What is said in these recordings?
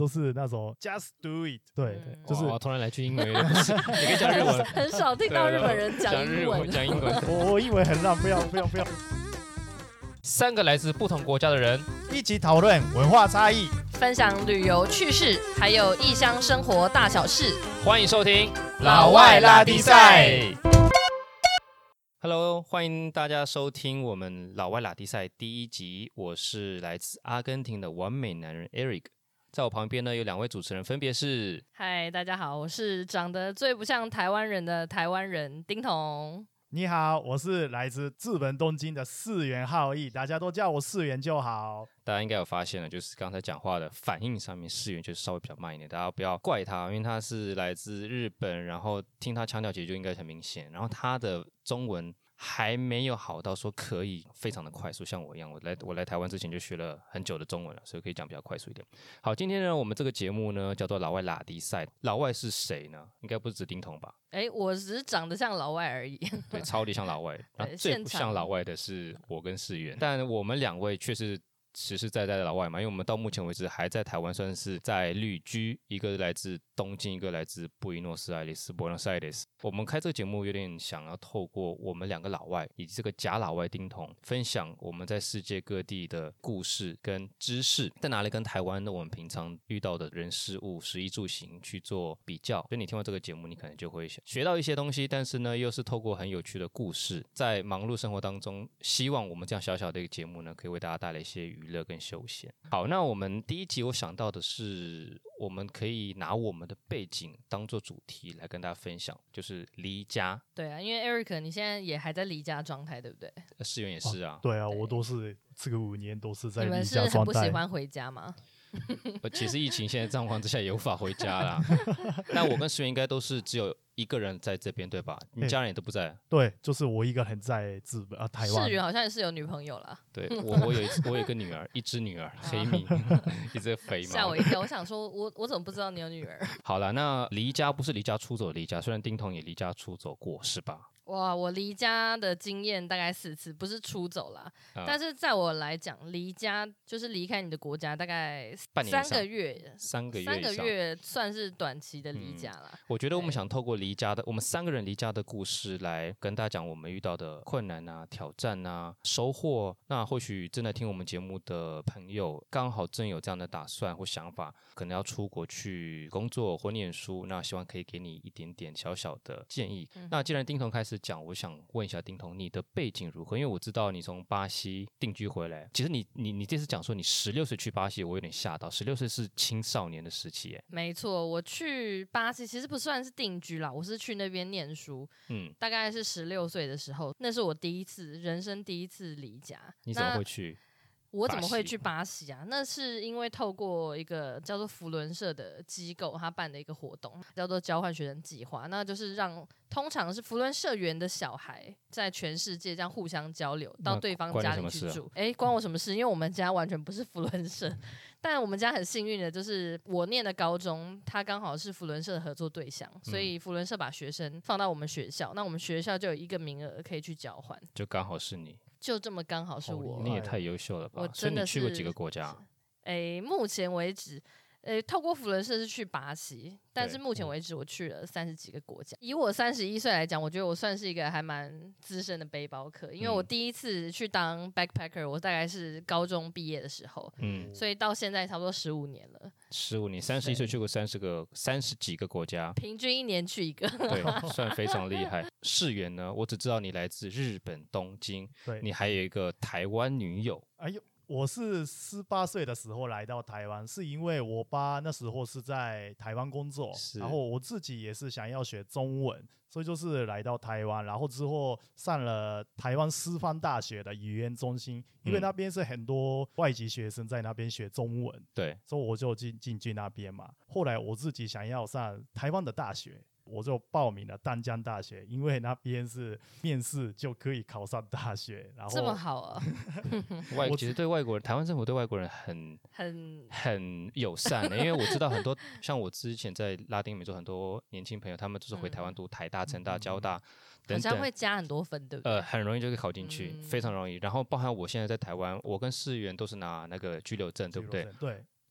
都是那种 just do it， 对，就是突然来句英文，你可以讲日文， 很少听到日本人讲英文。 讲英文， 我英文很烂，不要。 3个来自不同国家的人一起讨论文化差异， 分享旅游趣事，还有异乡生活大小事。 欢迎收听老外拉力赛。 Hello， 欢迎大家收听我们老外拉力赛第1集。我是来自阿根廷的完美男人 Eric， 在我旁边呢有2位主持人，分别是嗨，大家好，我是长得最不像台湾人的台湾人丁彤。 你好，我是来自日本东京的四元浩义，大家都叫我四元就好。 大家应该有发现了，就是刚才讲话的反应上面，四元就是稍微比较慢一点，大家不要怪他，因为他是来自日本，然后听他腔调其实就应该很明显，然后他的中文还没有好到说可以非常的快速，像我一样，我来台湾之前就学了很久的中文了，所以可以讲比较快速一点。好，今天呢，我们这个节目呢叫做老外拉力赛。老外是谁呢？应该不是指丁彤吧？ 我只是长得像老外而已。 对，超级像老外。然后最不像老外的是我跟世元，但我们2位却是实实在在的老外嘛，因为我们到目前为止还在台湾算是在旅居，一个来自东京，一个来自布宜诺斯艾利斯 Buenos Aires。我们开这个节目有点想要透过我们2个老外以及这个假老外丁彤，分享我们在世界各地的故事跟知识，在哪里跟台湾的我们平常遇到的人事物食衣住行去做比较，所以你听完这个节目你可能就会学到一些东西，但是呢又是透过很有趣的故事，在忙碌生活当中，希望我们这样小小的一个节目呢可以为大家带来一些娱乐跟休闲。好，那我们第1集我想到的是我们可以拿我们的背景当做主题来跟大家分享，就是离家。 对啊，因为 Eric 你现在也还在离家状态，对不对？ 世元也是啊。 对啊，我都是这个5年都是在离家状态。 你们是很不喜欢回家吗？ 其实疫情现在状况之下也无法回家啦。但我跟世元应该都是只有一个人在这边，对吧？你家人也都不在。 对，就是我一个人在台湾。 世元好像也是有女朋友啦。 对，我有一个女儿，一只女儿，黑米，一只肥猫。 吓我一跳，我想说我怎么不知道你有女儿？ 好了，那离家不是离家出走的离家，虽然丁彤也离家出走过，是吧？ 哇，我离家的经验大概4次，不是出走啦，但是在我来讲，离家就是离开你的国家，大概3个月，3个月算是短期的离家啦。 我觉得我们想透过离家的，我们3个人离家的故事来跟大家讲我们遇到的困难啊、挑战啊、收获。那或许正在听我们节目的朋友，刚好正有这样的打算或想法，可能要出国去工作或念书，那希望可以给你一点点小小的建议。那既然丁彤开始讲，我想问一下丁彤，你的背景如何？因为我知道你从巴西定居回来，其实你这次讲说你16岁去巴西，我有点吓到。16岁是青少年的时期耶。 没错，我去巴西其实不算是定居啦，我是去那边念书。大概是16岁的时候，那是我人生第一次离家。 你怎么会去？ 我怎么会去巴西啊？那是因为透过一个叫做扶轮社的机构，他办的一个活动，叫做交换学生计划。那就是让通常是扶轮社员的小孩在全世界这样互相交流，到对方家里去住。关我什么事？因为我们家完全不是扶轮社，但我们家很幸运的就是我念的高中，它刚好是扶轮社的合作对象，所以扶轮社把学生放到我们学校，那我们学校就有1个名额可以去交换， 就刚好是你。 就这么刚好是我。 你也太优秀了吧！ 我真的是。 所以你去过几个国家？ 目前为止，透过扶轮社是去巴西，但是目前为止我去了30几个国家。以我31岁来讲，我觉得我算是一个还蛮资深的背包客，因为我第一次去当 backpacker， 我大概是高中毕业的时候，所以到现在差不多15年了。15 年，31岁去过30几个国家， 平均1年去1个， 对，算非常厉害。世元呢，我只知道你来自日本东京，你还有一个台湾女友。 哎呦，我是18岁的时候来到台湾，是因为我爸那时候是在台湾工作，然后我自己也是想要学中文，所以就是来到台湾，然后之后上了台湾师范大学的语言中心，因为那边是很多外籍学生在那边学中文， 对， 所以我就进去那边嘛。后来我自己想要上台湾的大学，我就报名了淡江大学，因为那边是面试就可以考上大学。然后这么好啊！ 其实对外国人，台湾政府对外国人很友善的，因为我知道很多像我之前在拉丁美洲很多年轻朋友，他们都是回台湾读台大、成大、交大等等， 好像会加很多分，对不对？ 很容易就可以考进去，非常容易。然后包含我现在在台湾，我跟世元都是拿那个居留证，对不对？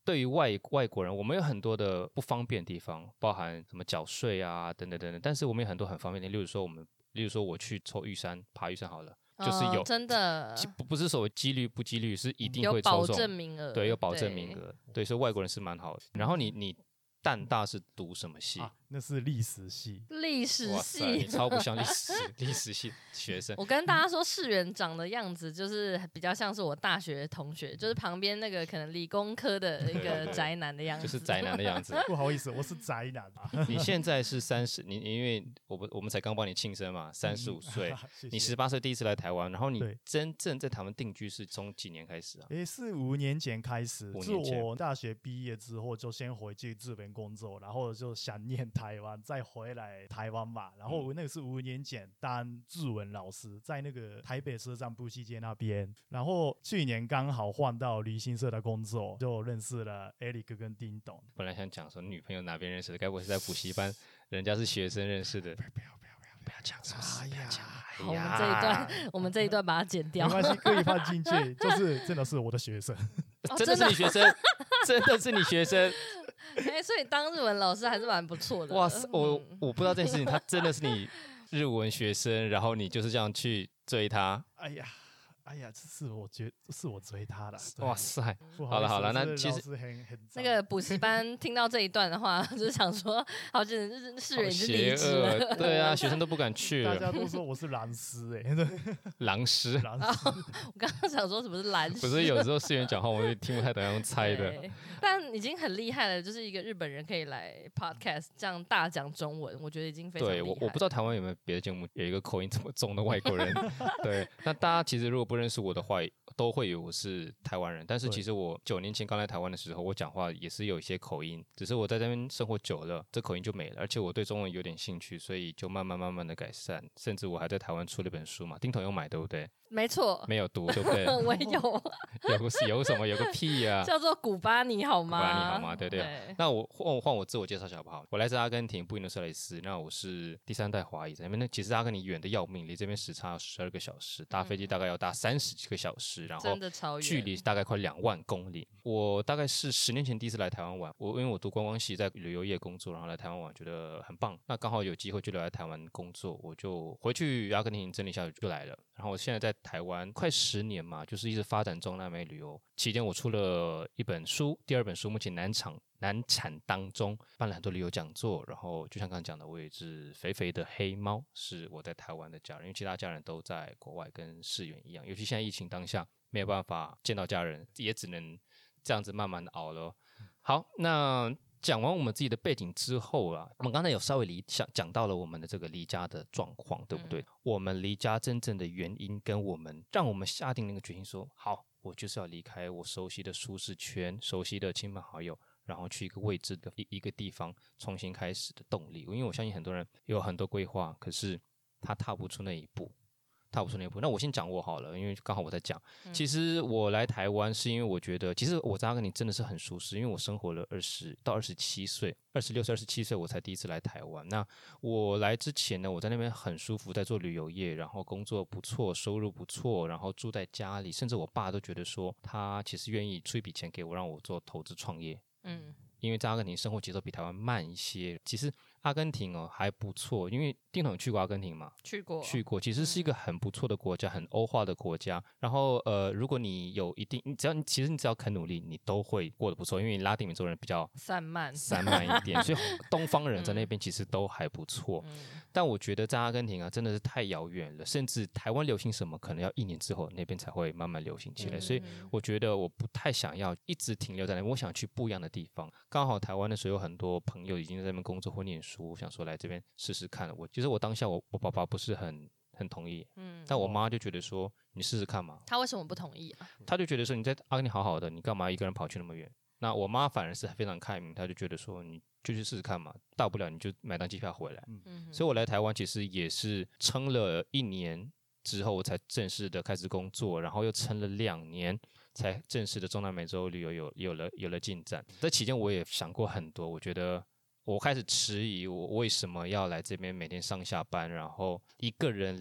对于外国人，我们有很多的不方便的地方，包含什么缴税啊等等等等，但是我们有很多很方便的，例如说我去抽玉山，爬玉山好了。就是有真的不是所谓几率不几率，是一定会抽中，有保证名额， 对，有保证名额，对，所以外国人是蛮好的。然后你淡大是读什么系？ 那是历史系。 历史系， 你超不像历史系学生。 我跟大家说，世元长的样子就是比较像是我大学同学，就是旁边那个可能理工科的一个宅男的样子， 就是宅男的样子。 不好意思，我是宅男。 你现在是30，因为我们才刚帮你庆生嘛，35岁，你18岁第一次来台湾，然后你真正在台湾定居是从几年开始啊？ 是5年前开始， 5年前是我大学毕业之后就先回去日本工作，然后就想念台湾，再回来台湾嘛。然后那个是5年前当日文老师，在那个台北车站布希街那边。然后去年刚好换到旅行社的工作，就认识了 Eric 跟丁董。 本来想讲说女朋友哪边认识的，该不会是在补习班，人家是学生认识的？不要讲，是不是？不要讲。 好，我们这一段把它剪掉， 没关系，可以放进去。就是真的是我的学生， 真的是你学生，真的是你学生。 所以当日文老师还是蛮不错的。 哇塞，我不知道这件事情，他真的是你日文学生，然后你就是这样去追他。 哎呀，这是我追他的。 哇塞， 好了，那其实那个补习班听到这一段的话，就是想说，好像世元已经离职了。 对啊，学生都不敢去了。 大家都说我是狼师狼师。 我刚刚想说什么是狼师？ 不是，有时候世元讲话我就听不太懂，用猜的。 但已经很厉害了，就是一个日本人可以来 podcast 这样大讲中文，我觉得已经非常厉害。 对，我不知道台湾有没有别的节目有一个口音这么重的外国人。对，那大家其实如果不认识我的话，都会以为我是台湾人。但是其实我9年前刚来台湾的时候，我讲话也是有一些口音，只是我在这边生活久了，这口音就没了。而且我对中文有点兴趣，所以就慢慢的改善。甚至我还在台湾出了一本书嘛，丁彤有买对不对？ 没错， 没有读对不对？ 我有。 有什么？有个屁呀！ 叫做古巴你好吗？ 古巴你好吗？对。那我换我自我介绍一下好不好？我来自阿根廷布宜诺斯艾利斯，那我是第3代华裔在那边。那其实阿根廷远的要命，离这边时差12个小时，搭飞机大概要搭30几个小时，然后距离大概快2万公里。我大概是10年前第一次来台湾玩，因为我读观光系，在旅游业工作，然后来台湾玩，觉得很棒。那刚好有机会就留在台湾工作，我就回去阿根廷整理一下就来了。然后我现在在台湾快10年嘛，就是一直发展中南美旅游。期间我出了一本书，第2本书目前难产当中，办了很多旅游讲座。然后就像刚刚讲的，我有一只肥肥的黑猫，是我在台湾的家人，因为其他家人都在国外，跟世元一样。尤其现在疫情当下，没有办法见到家人，也只能这样子慢慢的熬了。好，那讲完我们自己的背景之后啊，我们刚才有稍微讲到了我们的这个离家的状况，对不对？我们离家真正的原因，跟让我们下定那个决心说，好，我就是要离开我熟悉的舒适圈，熟悉的亲朋好友，然后去一个未知的一个地方重新开始的动力。因为我相信很多人有很多规划，可是他踏不出那一步。那我先讲我好了，因为刚好我在讲。其实我来台湾是因为我觉得，其实我在阿根廷真的是很舒适，因为我生活了20到27岁，26岁、27岁我才第一次来台湾。那我来之前呢，我在那边很舒服，在做旅游业，然后工作不错，收入不错，然后住在家里，甚至我爸都觉得说，他其实愿意出一笔钱给我，让我做投资创业。因为在阿根廷生活节奏比台湾慢一些。其实阿根廷还不错，因为丁彤有去过阿根廷吗？ 去过， 其实是一个很不错的国家，很欧化的国家。然后如果你有一定，其实你只要肯努力，你都会过得不错。因为拉丁美洲人比较散漫一点，所以东方人在那边其实都还不错。但我觉得在阿根廷啊，真的是太遥远了，甚至台湾流行什么，可能要1年之后那边才会慢慢流行起来。所以我觉得我不太想要一直停留在那边，我想去不一样的地方。刚好台湾的时候有很多朋友已经在那边工作或念书，我想说来这边试试看。其实我当下我爸爸不是很同意，但我妈就觉得说你试试看嘛。 他为什么不同意啊？ 他就觉得说你在阿根廷好好的，你干嘛一个人跑去那么远？那我妈反而是非常开明，她就觉得说你就去试试看嘛，大不了你就买张机票回来。所以我来台湾其实也是撑了1年之后，我才正式的开始工作，然后又撑了2年，才正式的中南美洲旅游有了进展。这期间我也想过很多，我觉得我开始迟疑我为什么要来这边每天上下班，然后一个人离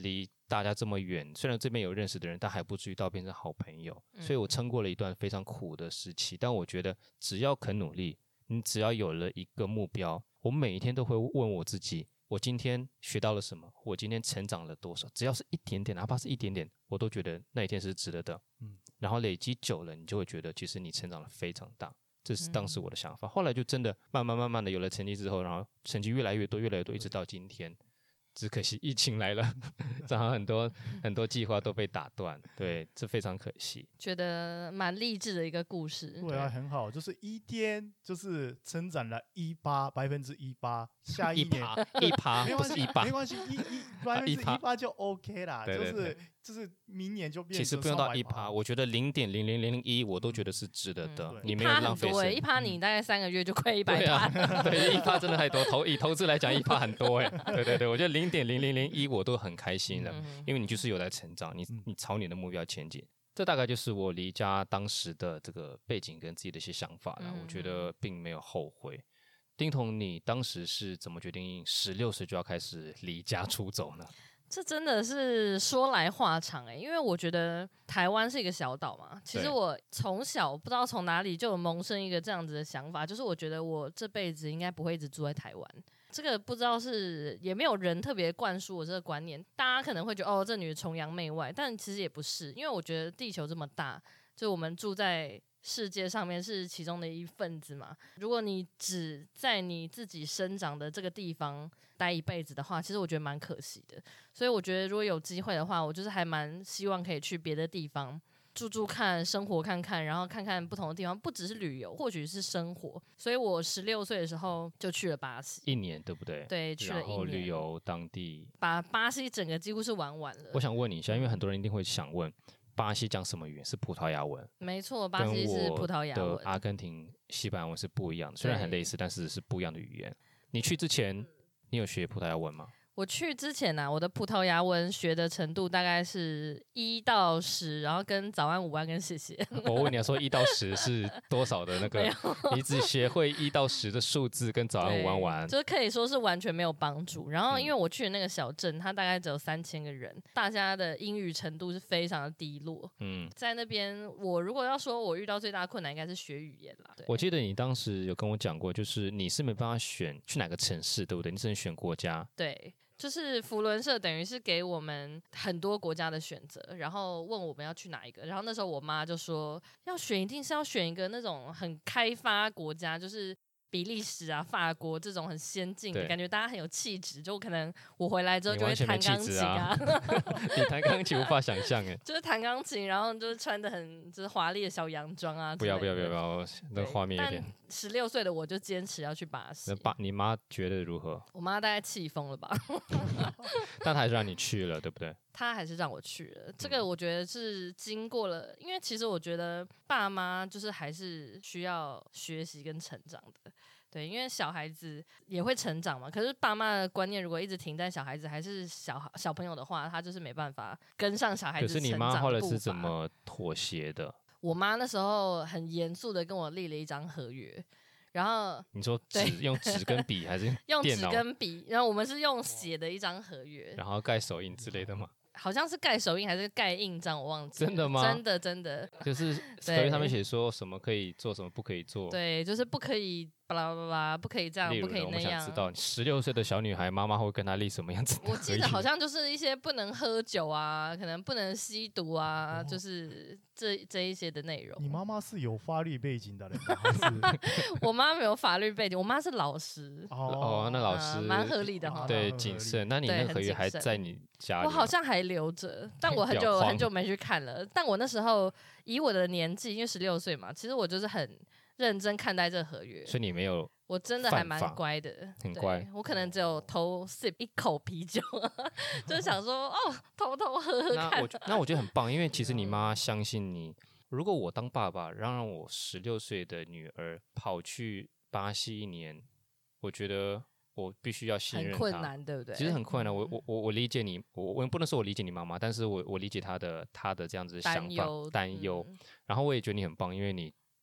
大家这么远，虽然这边有认识的人，但还不至于到变成好朋友。所以我撑过了一段非常苦的时期。但我觉得只要肯努力，你只要有了一个目标，我每一天都会问我自己，我今天学到了什么？我今天成长了多少？只要是一点点，哪怕是一点点，我都觉得那一天是值得的。然后累积久了，你就会觉得其实你成长了非常大。这是当时我的想法。后来就真的慢慢的有了成绩之后，然后成绩越来越多，一直到今天。只可惜疫情来了，然后很多计划都被打断，对，这非常可惜。 觉得蛮励志的一个故事。 对啊，很好，就是一天就是增长了18%，下一年 1%不是1%， 没关系，1%就 OK 啦，就是明年就变成。 其实不用到1%，我觉得0.00001我都觉得是值得的，你没有浪费时间。 1%你大概3个月就亏100%。 对啊，对，1%真的太多，以投资来讲1%很多哎。对，我觉得0.0001我都很开心了，因为你就是有在成长，你朝你的目标前进。这大概就是我离家当时的这个背景跟自己的一些想法了，我觉得并没有后悔。丁彤，你当时是怎么决定16岁就要开始离家出走呢？ 这真的是说来话长因为我觉得台湾是一个小岛嘛，其实我从小不知道从哪里就有萌生一个这样子的想法，就是我觉得我这辈子应该不会一直住在台湾。这个不知道是也没有人特别灌输我这个观念，大家可能会觉得这女的崇洋媚外，但其实也不是，因为我觉得地球这么大，就我们住在世界上面是其中的一份子嘛。如果你只在你自己生长的这个地方待一辈子的话，其实我觉得蛮可惜的。所以我觉得如果有机会的话，我就是还蛮希望可以去别的地方住看，生活看看，然后看看不同的地方，不只是旅游，或许是生活。所以我16岁的时候就去了巴西 ，1年对不对？ 对，去了1年， 然后旅游当地， 把巴西整个几乎是玩完了。 我想问你一下，因为很多人一定会想问，巴西讲什么语言？是葡萄牙文。 没错，巴西是葡萄牙文。 跟我的阿根廷、西班牙文是不一样的，虽然很类似，但是是不一样的语言。你去之前，你有学葡萄牙文吗？ 我去之前我的葡萄牙文学的程度大概是1到10，然后跟早安、午安跟谢谢。 我问你说1到10是多少的那个？你只学会1到10的数字跟早安、午安、晚安， 就可以说是完全没有帮助。然后因为我去的那个小镇，它大概只有3000个人，大家的英语程度是非常的低落。在那边，我如果要说我遇到最大的困难，应该是学语言啦。 我记得你当时有跟我讲过，就是你是没办法选去哪个城市，对不对？你只能选国家。 对。就是扶轮社等于是给我们很多国家的选择，然后问我们要去哪一个。然后那时候我妈就说，要选一定是要选一个那种很开发国家，就是比利时啊、法国这种很先进的感觉，大家很有气质。就可能我回来之后就会弹钢琴啊， 你弹钢琴无法想象就是弹钢琴，然后就是穿的很就是华丽的小洋装啊。不要， 那画面有点。 16岁的我就坚持要去巴西。 你妈觉得如何？ 我妈大概气疯了吧。 但她还是让你去了，对不对？ 她还是让我去了。这个我觉得是经过了，因为其实我觉得爸妈就是还是需要学习跟成长的。对，因为小孩子也会成长嘛。可是爸妈的观念如果一直停在小孩子还是小朋友的话，他就是没办法跟上小孩子成长的步伐。 可是你妈后来是怎么妥协的？ 我妈那时候很严肃的跟我立了一张合约，然后你说用纸跟笔还是用纸跟笔？然后我们是用写的一张合约， 然后盖手印之类的吗？ 好像是盖手印还是盖印章，我忘记了。 真的吗？ 真的。 就是合约上面写说什么可以做，什么不可以做。 对，就是不可以巴拉巴拉，不可以这样，不可以那样。 我想知道16岁的小女孩，妈妈会跟她立什么样子的合约？ 我记得好像就是一些不能喝酒啊，可能不能吸毒啊，就是这一些的内容。 你妈妈是有法律背景的人吗？还是我妈没有法律背景，我妈是老师。 那老师蛮合理的哈。 对，谨慎。那你那个合约还在你家里？ 我好像还留着，但我很久没去看了。但我那时候以我的年纪，因为16岁嘛，其实我就是很认真看待这合约。 所以你没有？ 我真的还蛮乖的， 很乖。 我可能只有偷 sip 一口啤酒，就是想说偷偷喝喝看。 那我觉得很棒，因为其实你妈相信你。如果我当爸爸，让我16岁的女儿跑去巴西1年，我觉得我必须要信任她。 很困难，对不对？ 其实很困难。我理解你，我不能说我理解你妈妈，但是我理解她的这样子的想法担忧。然后我也觉得你很棒，因为你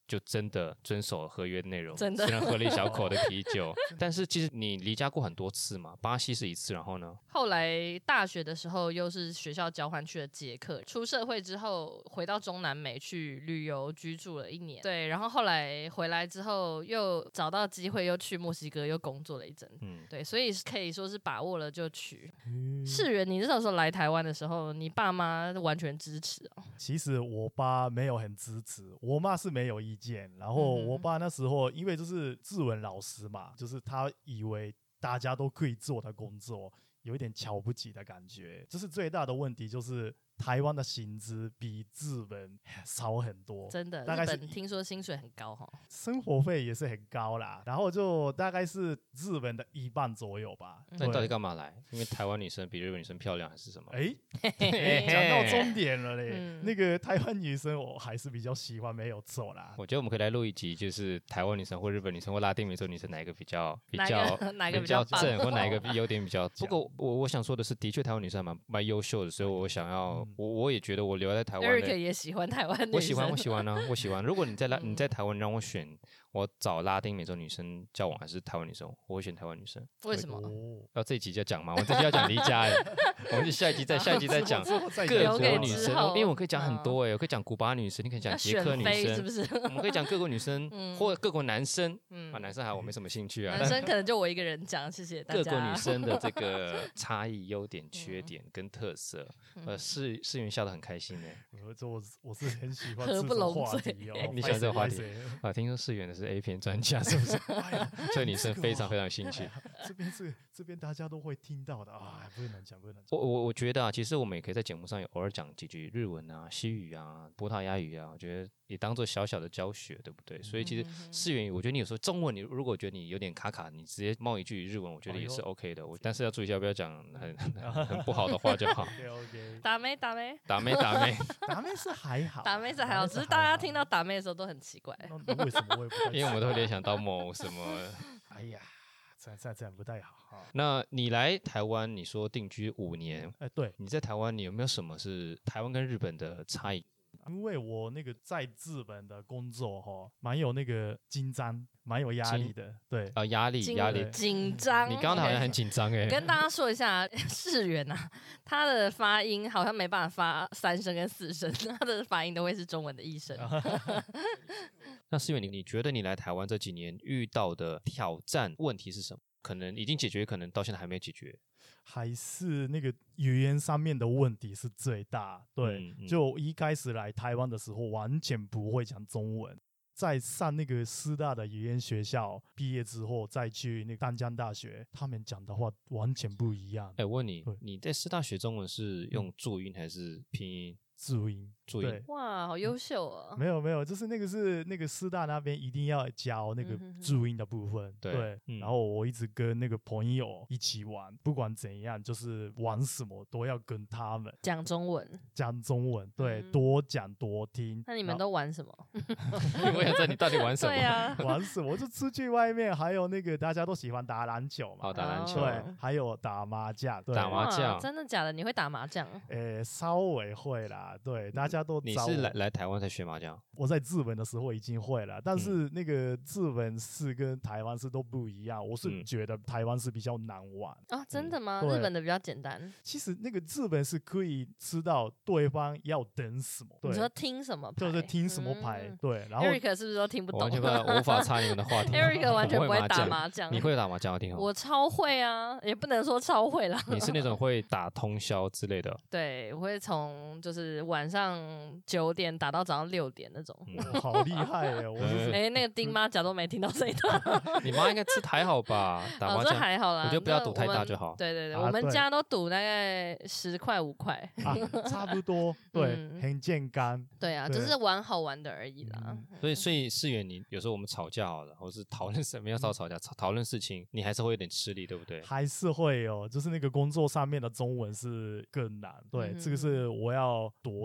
就真的遵守合约内容， 真的虽然喝了一小口的啤酒，但是其实你离家过很多次嘛，巴西是一次，然后呢？ 后来大学的时候又是学校交换去了捷克，出社会之后回到中南美去旅游居住了1年，对，然后后来回来之后又找到机会又去墨西哥又工作了一阵，对，所以可以说是把握了就去。世元，你那时候来台湾的时候，你爸妈完全支持哦？ 其实我爸没有很支持，我妈是没有意见。然后我爸那时候因为就是日文老师嘛，就是他以为大家都可以做的工作，有一点瞧不起的感觉。就是最大的问题就是台湾的薪资比日本少很多， 真的， 大概是日本听说薪水很高哈， 生活费也是很高啦，然后就大概是日本的1半左右吧。 那你到底干嘛来？因为台湾女生比日本女生漂亮还是什么？ 讲到重点了嘞。那个台湾女生我还是比较喜欢，没有错啦。 我觉得我们可以来录一集，就是台湾女生或日本女生或拉丁美洲女生哪一个比较哪个比较正，或哪一个优点比较。不过我想说的是，的确台湾女生蛮优秀的，所以我想要，我也觉得我留在台湾。 Eric 也喜欢台湾女生。 我喜欢啊，我喜欢。如果你在台湾让我选，我找拉丁美洲女生交往还是台湾女生，我会选台湾女生。 为什么？ 要这一集就讲嘛，我这集要讲离家哎，我们下一集再讲各国女生，因为我可以讲很多哎，我可以讲古巴女生，你可以讲捷克女生， 是不是？ 我们可以讲各国女生或各国男生，男生还我没什么兴趣啊， 男生可能就我一个人讲，谢谢大家。 各国女生的这个差异、优点、缺点跟特色，世元笑得很开心哎， 我是很喜欢这种话题哦。 你喜欢这个话题啊？听说世元的是 A 片专家，是不是？对女生非常非常有兴趣。 这边大家都会听到的啊，不能讲。 我觉得啊，其实我们也可以在节目上偶尔讲几句日文啊、西语啊、葡萄牙语啊，我觉得也当做小小的教学，对不对？所以其实世元，我觉得你有时候中文，你如果觉得你有点卡，你直接冒一句日文，我觉得也是 OK 的。但是要注意一下，不要讲很不好的话就好。 打妹是还好， 打妹是还好，只是大家听到打妹的时候都很奇怪。 为什么我也不太？ 因为我们都会联想到某什么。 哎呀，这样不太好。 那你来台湾，你说定居5年， 对， 你在台湾，你有没有什么是台湾跟日本的差异？ 因为我那个在日本的工作蛮有那个紧张，蛮有压力的。对啊，压力紧张。 你刚刚好像很紧张哎。 跟大家说一下，世元啊，他的发音好像没办法发3声跟4声，他的发音都会是中文的1声。 那世元，你觉得你来台湾这几年遇到的挑战问题是什么？可能已经解决，可能到现在还没解决。 还是那个语言上面的问题是最大。对，就一开始来台湾的时候，完全不会讲中文。在上那个师大的语言学校毕业之后，再去那个淡江大学，他们讲的话完全不一样。 我问你，你在师大学中文是用注音还是拼音？ 注音。 哇，好优秀啊！ 没有，就是那个师大那边一定要教那个注音的部分。对，然后我一直跟那个朋友一起玩，不管怎样，就是玩什么都要跟他们讲中文。 对，多讲多听。 那你们都玩什么？ 我想知道你到底玩什么。 对啊， 玩什么？就出去外面，还有那个大家都喜欢打篮球嘛。 打篮球。 对，还有打麻将。 打麻将， 真的假的？你会打麻将？ 稍微会啦。对，大家都。 你是来台湾才学麻将？ 我在日本的时候已经会了，但是那个日本式跟台湾式都不一样。我是觉得台湾式比较难玩啊。真的吗？日本的比较简单。 其实那个日本是可以知道对方要等什么。 你说听什么牌？ 就是听什么牌。对，然后 Eric 是不是都听不懂？ 完全无法插你们的话题。 Eric 完全不会打麻将。 你会打麻将？我听好。 我超会啊，也不能说超会啦。 你是那种会打通宵之类的？ 对，我会从就是晚上9点打到早上6点那种。 好厉害耶！我那个丁妈假装没听到这一段。 你妈应该吃还好吧？打麻将还好啦， 我就不要赌太大就好。 对，我们家都赌大概10块5块， 差不多。对，很健康。 对啊，就是玩好玩的而已啦。 所以世元，你有时候我们吵架好了，或是讨论什么要吵架，讨论事情，你还是会有点吃力，对不对？ 还是会哦，就是那个工作上面的中文是更难。对，这个是我要多听。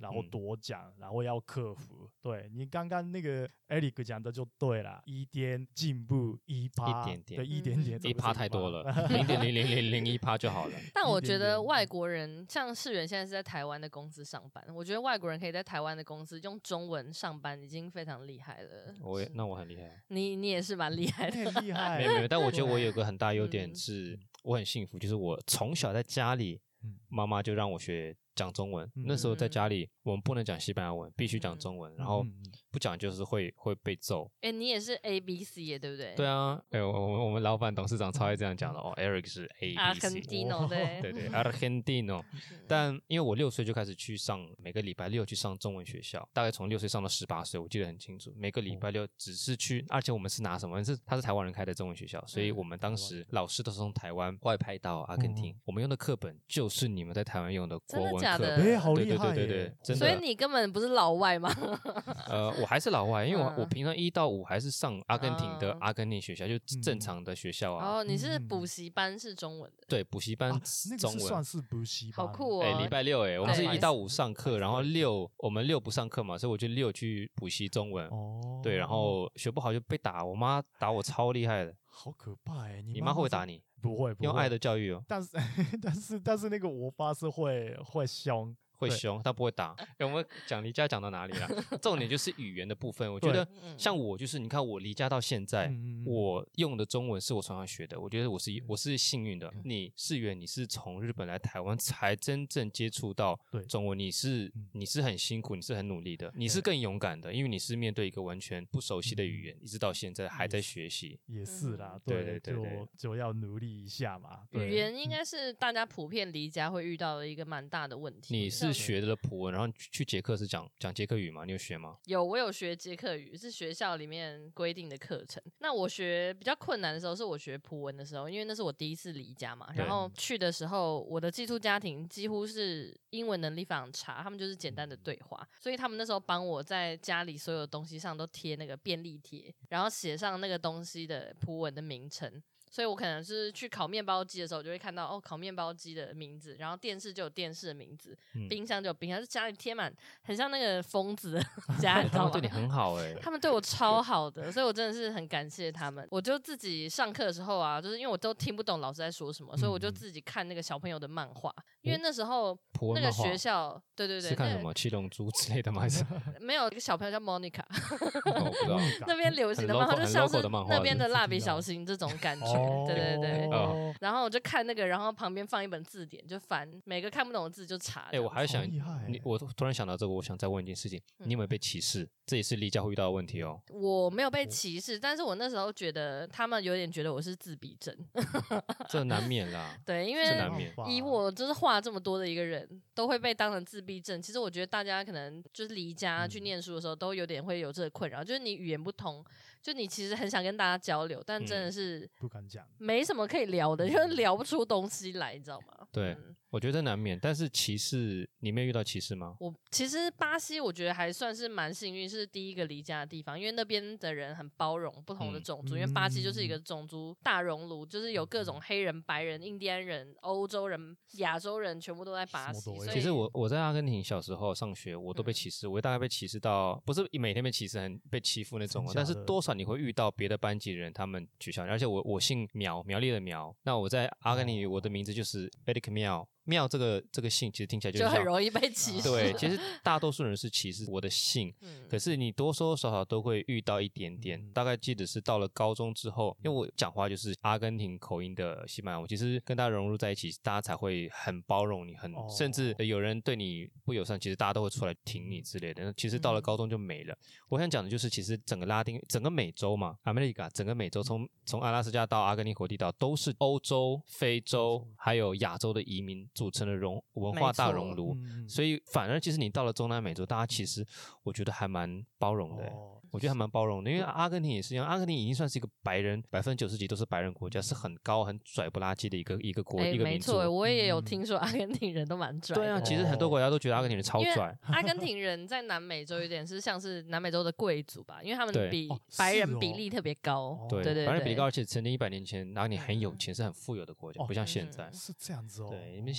然后夺奖，然后要克服。对，你刚刚那个 Eric 讲的就对了，一点进步1%，对，一点点 ，1%太多了，0.00001%就好了。 但我觉得外国人像世元现在是在台湾的公司上班，我觉得外国人可以在台湾的公司用中文上班已经非常厉害了。 那我很厉害， 你也是蛮厉害的， 很厉害。 没有，但我觉得我有个很大优点是，我很幸福，就是我从小在家里，妈妈就让我学讲中文。那时候在家里，我们不能讲西班牙文，必须讲中文，然后不讲就是会被揍。 你也是 ABC 耶，对不对？ 对啊，我们老板董事长超爱这样讲的哦。Eric 是 ABC，Argentino 对 Argentino。但因为我6岁就开始去上，每个礼拜6去上中文学校，大概从6岁上到18岁，我记得很清楚。每个礼拜6只是去，而且我们是拿什么？他是台湾人开的中文学校，所以我们当时老师都是从台湾外派到阿根廷，我们用的课本就是你们在台湾用的国文课本。 好厉害！ 对，真的。 所以你根本不是老外吗？ 我还是老外，因为我平常1到5还是上阿根廷的阿根廷学校，就正常的学校啊。 你是补习班是中文的？ 对，补习班中文算是补习班， 好酷哦！ 礼拜6我们是1到5上课，然后我们6不上课嘛，所以我就6去补习中文。对，然后学不好就被打，我妈打我超厉害的， 好可怕你妈会打你？ 不会， 用爱的教育哦。 但是那个我爸是会凶。 会凶，他不会打。我们讲离家讲到哪里了？重点就是语言的部分。我觉得像我就是，你看我离家到现在，我用的中文是我从小学的。我觉得我是幸运的。你世元，你是从日本来台湾才真正接触到中文，你是很辛苦，你是很努力的，你是更勇敢的，因为你是面对一个完全不熟悉的语言，一直到现在还在学习。 也是啦， 对， 就要努力一下嘛。 语言应该是大家普遍离家会遇到的一个蛮大的问题。 你是学的普文，然后去捷克是讲捷克语吗？你有学吗？ 我有学捷克语，是学校里面规定的课程。那我学比较困难的时候是我学普文的时候，因为那是我第一次离家嘛。然后去的时候，我的寄宿家庭几乎是英文能力非常差，他们就是简单的对话，所以他们那时候帮我在家里所有东西上都贴那个便利贴，然后写上那个东西的普文的名称。所以我可能是去烤面包机的时候，就会看到烤面包机的名字，然后电视就有电视的名字，冰箱就有冰箱，就家里贴满，很像那个疯子的家，你知道吗？ 他们对你很好他们对我超好的，所以我真的是很感谢他们。我就自己上课的时候啊，就是因为我都听不懂老师在说什么，所以我就自己看那个小朋友的漫画，因为那时候那个学校，对， 是看什么七龙珠之类的吗？还是没有一个小朋友叫 Monica， 我不知道那边流行的漫画就像是那边的蜡笔小新这种感觉。对，然后我就看那个，然后旁边放一本字典，就翻每个看不懂的字就查。 我还想我突然想到这个，我想再问一件事情，你有没有被歧视？这也是离家会遇到的问题哦。 我没有被歧视，但是我那时候觉得他们有点觉得我是自闭症， 这难免啦。 对，因为以我就是话这么多的一个人，都会被当成自闭症。其实我觉得大家可能就是离家去念书的时候，都有点会有这个困扰，就是你语言不通。就你其实很想跟大家交流，但真的是不敢讲， 没什么可以聊的，就是聊不出东西来，你知道吗？ 对，我觉得难免。但是歧视，你没有遇到歧视吗？ 其实巴西我觉得还算是蛮幸运，是第一个离家的地方，因为那边的人很包容不同的种族，因为巴西就是一个种族大熔炉，就是有各种黑人、白人、印第安人、欧洲人、亚洲人，全部都在巴西。 其实我在阿根廷小时候上学，我都被歧视，我大概被歧视到不是每天被歧视，被欺负那种，但是多少你会遇到别的班级的人，他们取笑你，而且我姓苗栗的苗，那我在阿根廷我的名字就是 Eric 苗这个姓其实听起来就很容易被歧视。 对，其实大多数人是歧视我的姓，可是你多多少少都会遇到一点点。大概记得是到了高中之后，因为我讲话就是阿根廷口音的西班牙文，其实跟大家融入在一起，大家才会很包容你，甚至有人对你不友善，其实大家都会出来挺你之类的。其实到了高中就没了。我想讲的就是，其实整个美洲嘛 ，America 整个美洲从阿拉斯加到阿根廷火地岛，都是欧洲、非洲还有亚洲的移民组成的文化大熔炉，所以反而其实你到了中南美洲，大家其实我觉得还蛮包容的。我觉得还蛮包容的，因为阿根廷也是一样，阿根廷已经算是一个白人90%几都是白人国家，是很高很拽不拉几的一个国一个民族。 没错，我也有听说阿根廷人都蛮拽的。 对啊，其实很多国家都觉得阿根廷人超拽。 阿根廷人在南美洲有点是像是南美洲的贵族吧，因为他们比白人比例特别高。 对，白人比例高，而且曾经100年前阿根廷很有钱，是很富有的国家，不像现在。 是这样子哦。 对，因为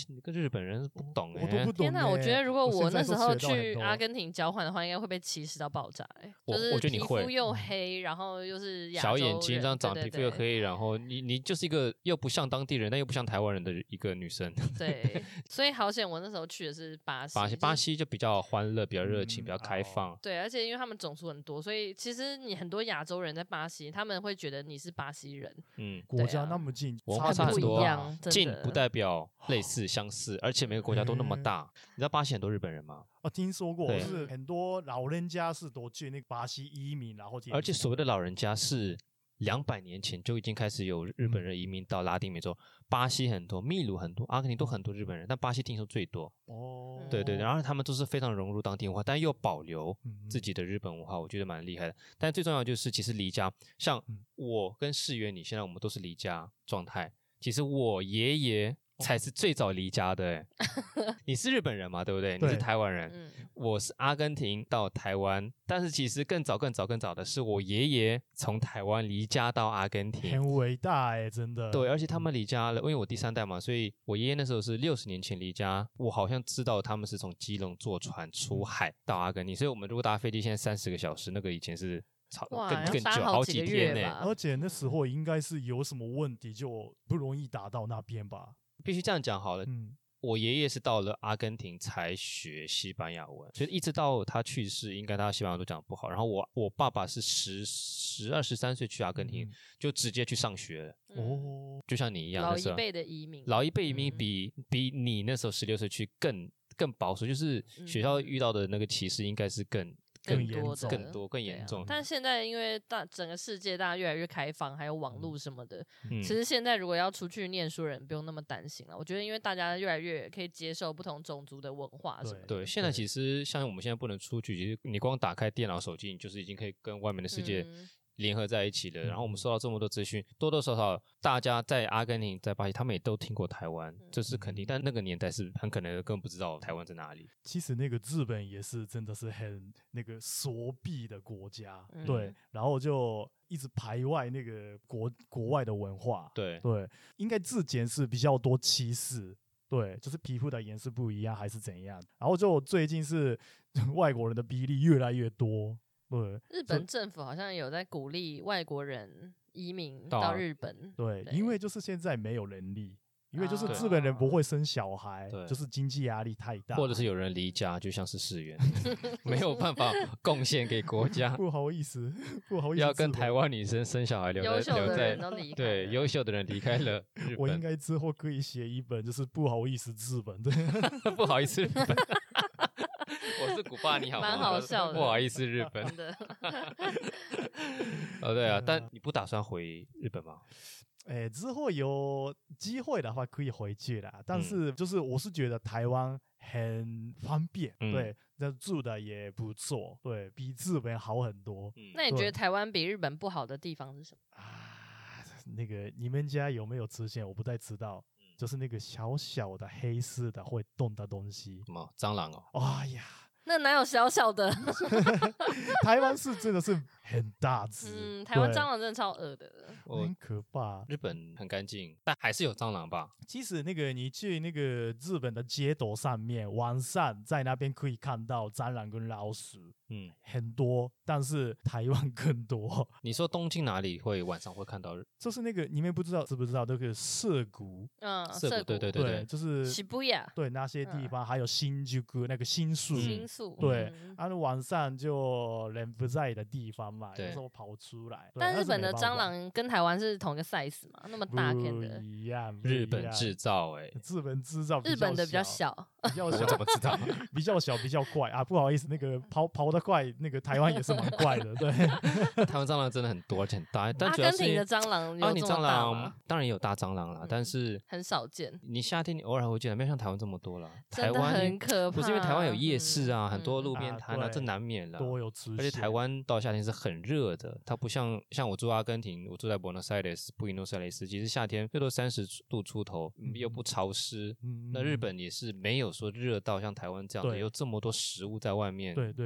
你跟日本人不懂我都不懂。 天哪，我觉得如果我那时候去阿根廷交换的话，应该会被歧视到爆炸。就是皮肤又黑，然后又是亚洲人， 小眼睛，这样长皮肤又黑，然后你就是一个又不像当地人，但又不像台湾人的一个女生。 对，所以好险，我那时候去的是巴西。 巴西就比较欢乐，比较热情，比较开放。 对，而且因为他们种族很多，所以其实你很多亚洲人在巴西，他们会觉得你是巴西人。 国家那么近， 文化差很多，近不代表类似相似，而且每个国家都那么大。你知道巴西很多日本人吗？ 听说过，就是很多老人家是都去那个巴西移民，然后而且所谓的老人家是200年前就已经开始有日本人移民到拉丁美洲，巴西很多，秘鲁很多，阿根廷都很多日本人，但巴西听说最多。对，然后他们都是非常融入当地文化，但又保留自己的日本文化，我觉得蛮厉害的。但最重要的就是其实离家，像我跟世元你现在我们都是离家状态，其实我爷爷才是最早离家的。你是日本人嘛，对不对？你是台湾人，我是阿根廷到台湾，但是其实更早的是我爷爷从台湾离家到阿根廷， 很伟大真的。 对，而且他们离家了，因为我第3代嘛，所以我爷爷那时候是60年前离家。我好像知道他们是从基隆坐船出海到阿根廷，所以我们如果搭飞机现在30个小时，那个以前是更久，好几天呢。 而且那时候应该是有什么问题就不容易打到那边吧。 必须这样讲好了，我爷爷是到了阿根廷才学西班牙文，所以一直到他去世，应该他西班牙文都讲得不好。然后我爸爸是12、13岁去阿根廷，就直接去上学了。就像你一样， 老一辈的移民， 老一辈移民比你那时16岁去更保守，就是学校遇到的那个歧视应该是更严重。 但现在因为整个世界大家越来越开放，还有网络什么的，其实现在如果要出去念书人不用那么担心了。我觉得因为大家越来越可以接受不同种族的文化什么的。 对，现在其实像我们现在不能出去，其实你光打开电脑手机，你就是已经可以跟外面的世界联合在一起了。然后我们收到这么多资讯，多多少少大家在阿根廷在巴西他们也都听过台湾，这是肯定。但那个年代是很可能根本不知道台湾在哪里。 其实那个日本也是真的是很那个锁闭的国家，对，然后就一直排外那个国外的文化。对，应该之前是比较多歧视，对，就是皮肤的颜色不一样还是怎样。然后就最近是外国人的比例越来越多。对， 日本政府好像有在鼓励外国人移民到日本。 对，因为就是现在没有能力，因为就是日本人不会生小孩，就是经济压力太大， 或者是有人离家，就像是世元没有办法贡献给国家。 不好意思， 要跟台湾女生生小孩留在对，优秀的人离开了日本。 我应该之后可以写一本，就是不好意思日本， 不好意思日本。我是古巴，你好， 蛮好笑的。 不好意思，日本。对啊，但你不打算回日本吗？ 之后有机会的话可以回去啦。但是就是我是觉得台湾很方便，对，那住的也不错，对，比日本好很多。 那你觉得台湾比日本不好的地方是什么？ 那个你们家有没有出现？我不太知道。就是那个小小的黑色的会动的东西， 什么蟑螂哦？ 哎呀， 那哪有小小的？ 台湾是真的是很大只， 台湾蟑螂真的超恶的， 很可怕。 日本很干净，但还是有蟑螂吧？ 其实那个你去那个日本的街头上面，晚上在那边可以看到蟑螂跟老鼠，很多，但是台湾更多。 你说东京哪里会晚上会看到？ 就是那个你们知不知道那个涩谷？ 涩谷，对， 就是澀谷， 对那些地方，还有新宿那个新宿，对，晚上就人不在的地方嘛，有时候跑出来。 但日本的蟑螂跟台湾是同一个 size 嘛，那么大片的， 不一样。 日本制造， 日本制造， 日本的比较小， 我怎么知道？ 比较小，比较怪啊！不好意思，那个跑得快，那个台湾也是蛮怪的，对。 台湾蟑螂真的很多，而且很大。但阿根廷的蟑螂有这么大吗？ 当然也有大蟑螂啦，但是很少见。 你夏天你偶尔会见，没有像台湾这么多了。 台湾很可怕， 不是因为台湾有夜市啊，很多路边摊啊，这难免了。 多有出现。 而且台湾到夏天是很热的，它不像我住阿根廷，我住在 Buenos Aires 布宜诺斯艾利斯，其实夏天最多30度出头，又不潮湿。那日本也是没有说热到像台湾这样的，有这么多食物在外面。 对，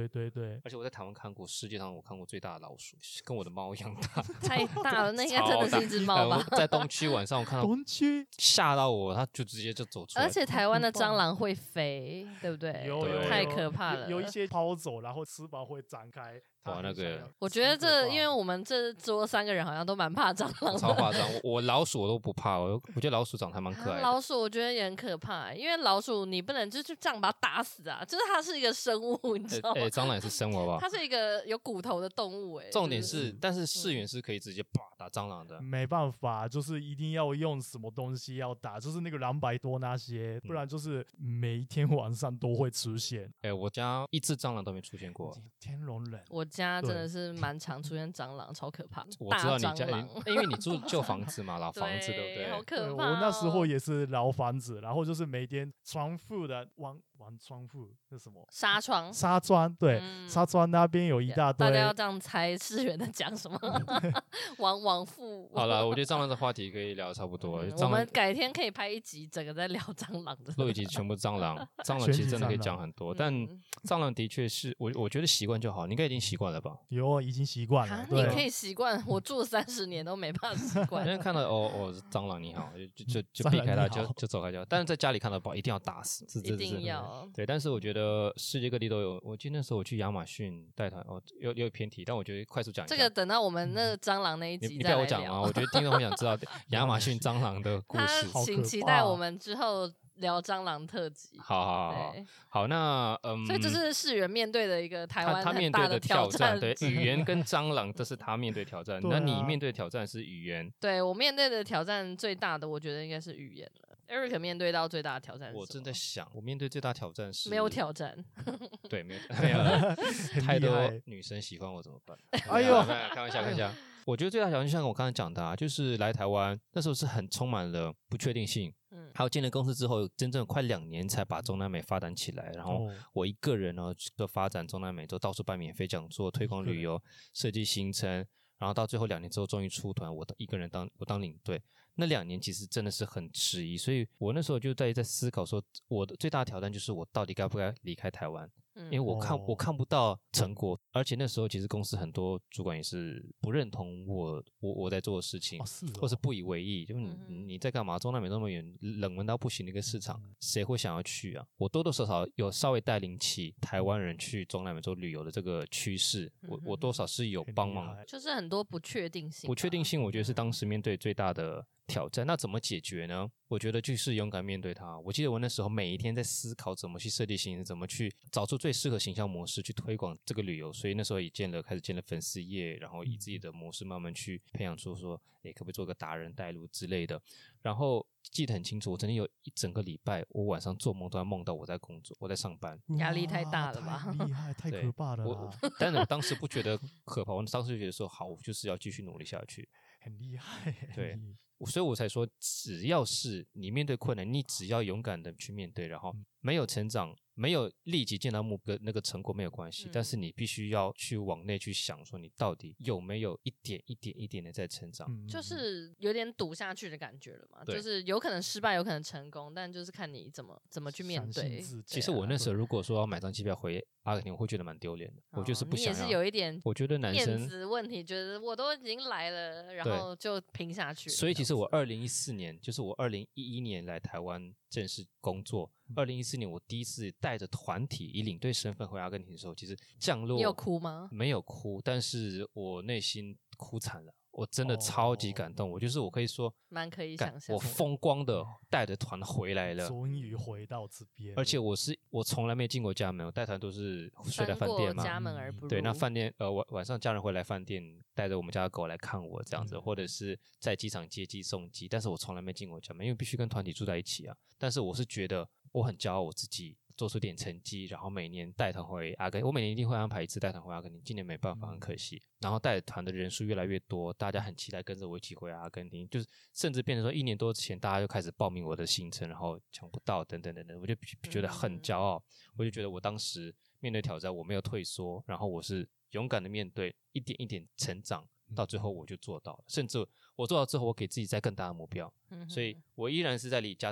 对， 而且我在台湾看过，世界上我看过最大的老鼠，跟我的猫一样大， 太大了，那应该真的是一只猫吧？ 在东区晚上我看到， 东区吓到我，它就直接就走出来。 而且台湾的蟑螂会飞，对不对？太可怕了。 有一些抛走，然后翅膀会展开。 哇，那个我觉得因为我们这桌3个人好像都蛮怕蟑螂的， 超夸张。我老鼠我都不怕，我觉得老鼠长得还蛮可爱的。 老鼠我觉得也很可怕，因为老鼠你不能就是这样把它打死啊，就是它是一个生物，你知道吗？ 蟑螂也是生物吧？ 它是一个有骨头的动物， 重点是，但是市原是可以直接打蟑螂的。 没办法，就是一定要用什么东西要打，就是那个200多那些，不然就是每一天晚上都会出现。 我家一只蟑螂都没出现过。 天龙人， 我家真的是蛮常出现蟑螂，超可怕。 我知道你家，因为你住旧房子嘛，老房子对不对？ 好可怕。 我那时候也是老房子，然后就是每天窗户的玩窗户是什么？ 纱窗。 纱窗，对，纱窗那边有一大堆。 大家要这样猜市原在讲什么？往复。 好了，我觉得蟑螂的话题可以聊得差不多。 我们改天可以拍一集，整个在聊蟑螂的。 录一集全部蟑螂，蟑螂其实真的可以讲很多，但蟑螂的确是我觉得习惯就好，你应该已经习惯了吧？ 有，已经习惯了。 你可以习惯，我住了30年都没办法习惯。 人家看到蟑螂你好，就避开它，就走开就好。但是在家里看到一定要打死， 一定要。 对，但是我觉得世界各地都有。我记得那时候我去亚马逊带团，有偏题，但我觉得快速讲一下。 这个等到我们那蟑螂那一集你不要我讲啊，我觉得听众会想知道亚马逊蟑螂的故事。 请期待我们之后聊蟑螂特辑。 好，那所以这是市原面对的一个台湾他面对的挑战， 对，语言跟蟑螂这是他面对挑战。那你面对挑战是语言？ 对，我面对的挑战最大的，我觉得应该是语言了。Eric 面对到最大的挑战是什么？ 我正在想，我面对最大挑战是没有挑战。 对，没有太多女生喜欢我怎么办？ 哎呦， 开玩笑。我觉得最大挑战就像我刚才讲的就是来台湾那时候是很充满了不确定性。还有进了公司之后，真正快2年才把中南美发展起来。然后我一个人呢，就发展中南美洲，到处办免费讲座、推广旅游、设计行程。然后到最后2年之后，终于出团，我一个人当领队。那2年其实真的是很迟疑，所以我那时候就在思考说，我的最大的挑战就是我到底该不该离开台湾。因为我看不到成果，而且那时候其实公司很多主管也是不认同我在做的事情，或是不以为意，就你在干嘛？中南美那么远，冷门到不行的一个市场，谁会想要去啊？我多多少少有稍微带领起台湾人去中南美洲旅游的这个趋势，我多少是有帮忙， 就是很多不确定性。 不确定性，我觉得是当时面对最大的挑战。那怎么解决呢？我觉得就是勇敢面对它。我记得我那时候每一天在思考怎么去设计行程，怎么去找出最适合形象模式去推广这个旅游。所以那时候也开始建了粉丝页，然后以自己的模式慢慢去培养出说，可不可以做个达人带路之类的。然后记得很清楚，我曾经有一整个礼拜，我晚上做梦都在梦到我在工作，我在上班， 压力太大了吧？ 太厉害，太可怕了。 但是我当时不觉得可怕，我当时就觉得说，好，我就是要继续努力下去。 很厉害， 对，所以我才说，只要是你面对困难，你只要勇敢的去面对，然后没有成长，没有立即见到那个成果没有关系，但是你必须要去往内去想，说你到底有没有一点的在成长， 就是有点赌下去的感觉了嘛，就是有可能失败，有可能成功，但就是看你怎么去面对。 其实我那时候如果说要买张机票回阿根廷，我会觉得蛮丢脸的，我就是不想要。 你也是有一点， 我觉得男生面子问题，觉得我都已经来了，然后就拼下去。 所以其实我2014年，就是我2011年来台湾正式工作。2014年我第一次带着团体以领队身份回阿根廷的时候，其实降落， 你有哭吗？ 没有哭，但是我内心哭惨了。我真的超级感动，我可以说蛮可以想象， 我风光的带着团回来了， 终于回到这边。 而且我从来没进过家门，我带团都是睡在饭店嘛， 家门而不入。 对，那饭店晚上家人会来饭店，带着我们家的狗来看我这样子，或者是在机场接机送机，但是我从来没进过家门，因为必须跟团体住在一起啊。但是我是觉得我很骄傲我自己。做出点成绩，然后每年带团回阿根廷，我每年一定会安排一次带团回阿根廷，今年没办法，很可惜。然后带团的人数越来越多，大家很期待跟着我一起回阿根廷，就是甚至变成说1年多前，大家就开始报名我的行程，然后抢不到等等，我就觉得很骄傲，我就觉得我当时面对挑战，我没有退缩，然后我是勇敢的面对，一点一点成长，到最后我就做到了，甚至我做到之后，我给自己再更大的目标，所以我依然是在离家，但我